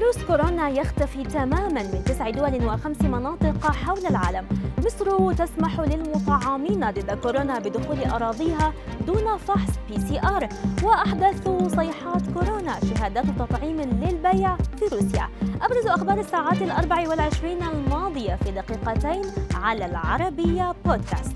فيروس كورونا يختفي تماما من 9 دول و5 مناطق حول العالم. مصر تسمح للمطعمين ضد كورونا بدخول أراضيها دون فحص PCR. وأحدث صيحات كورونا شهادات تطعيم للبيع في روسيا. أبرز أخبار الساعات 24 الماضية في دقيقتين على العربية بودكاست.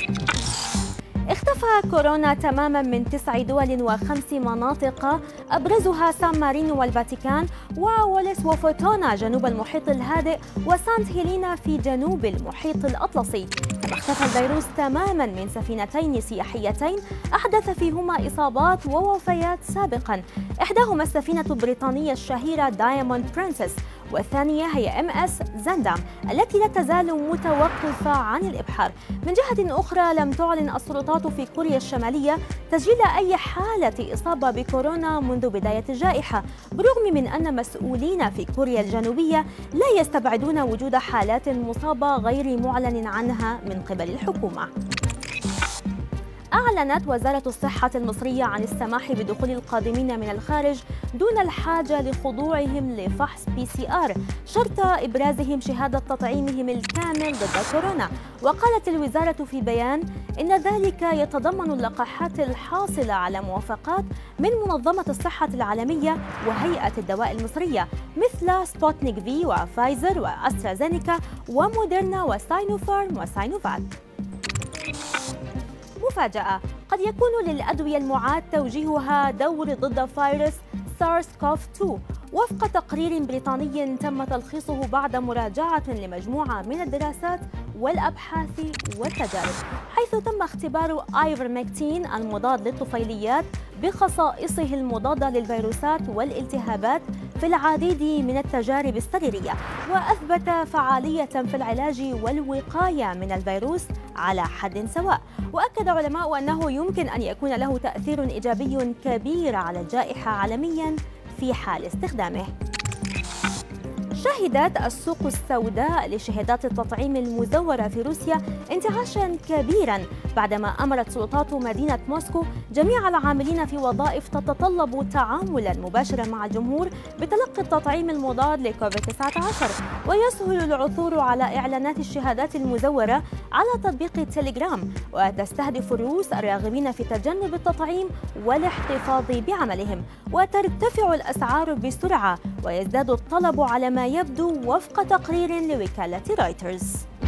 اختفى كورونا تماما من 9 دول و5 مناطق، أبرزها سان مارينو والفاتيكان، ووليس وفوتونا جنوب المحيط الهادئ، وسانت هيلينا في جنوب المحيط الأطلسي. كما اختفى الفيروس تماما من سفينتين سياحيتين أحدث فيهما إصابات ووفيات سابقا، إحداهما السفينة البريطانية الشهيرة دايموند برنسس، والثانية هي MS زاندام التي لا تزال متوقفة عن الإبحار. من جهة أخرى لم تعلن السلطات في كوريا الشمالية تسجيل أي حالة إصابة بكورونا منذ بداية الجائحة، بالرغم من أن مسؤولين في كوريا الجنوبية لا يستبعدون وجود حالات مصابة غير معلن عنها من قبل الحكومة. أعلنت وزارة الصحة المصرية عن السماح بدخول القادمين من الخارج دون الحاجة لخضوعهم لفحص PCR شرط إبرازهم شهادة تطعيمهم الكامل ضد كورونا. وقالت الوزارة في بيان إن ذلك يتضمن اللقاحات الحاصلة على موافقات من منظمة الصحة العالمية وهيئة الدواء المصرية مثل سبوتنيك في وفايزر وأسترازينيكا وموديرنا وساينوفارم وساينوفاك. مفاجأة: قد يكون للأدوية المعاد توجيهها دور ضد فيروس سارس كوف 2 وفق تقرير بريطاني تم تلخيصه بعد مراجعة لمجموعة من الدراسات والأبحاث والتجارب، حيث تم اختبار آيفرمكتين المضاد للطفيليات بخصائصه المضادة للفيروسات والالتهابات في العديد من التجارب السريرية، وأثبت فعالية في العلاج والوقاية من الفيروس على حد سواء. وأكد علماء أنه يمكن أن يكون له تأثير إيجابي كبير على الجائحة عالمياً في حال استخدامه. شهدت السوق السوداء لشهادات التطعيم المزورة في روسيا انتعاشاً كبيراً بعدما أمرت سلطات مدينة موسكو جميع العاملين في وظائف تتطلب تعاملاً مباشراً مع الجمهور بتلقي التطعيم المضاد لكوفيد-19. ويسهل العثور على إعلانات الشهادات المزورة على تطبيق تيليجرام، وتستهدف الروس الراغبين في تجنب التطعيم والاحتفاظ بعملهم. وترتفع الأسعار بسرعة ويزداد الطلب على ما يبدو وفق تقرير لوكالة رويترز.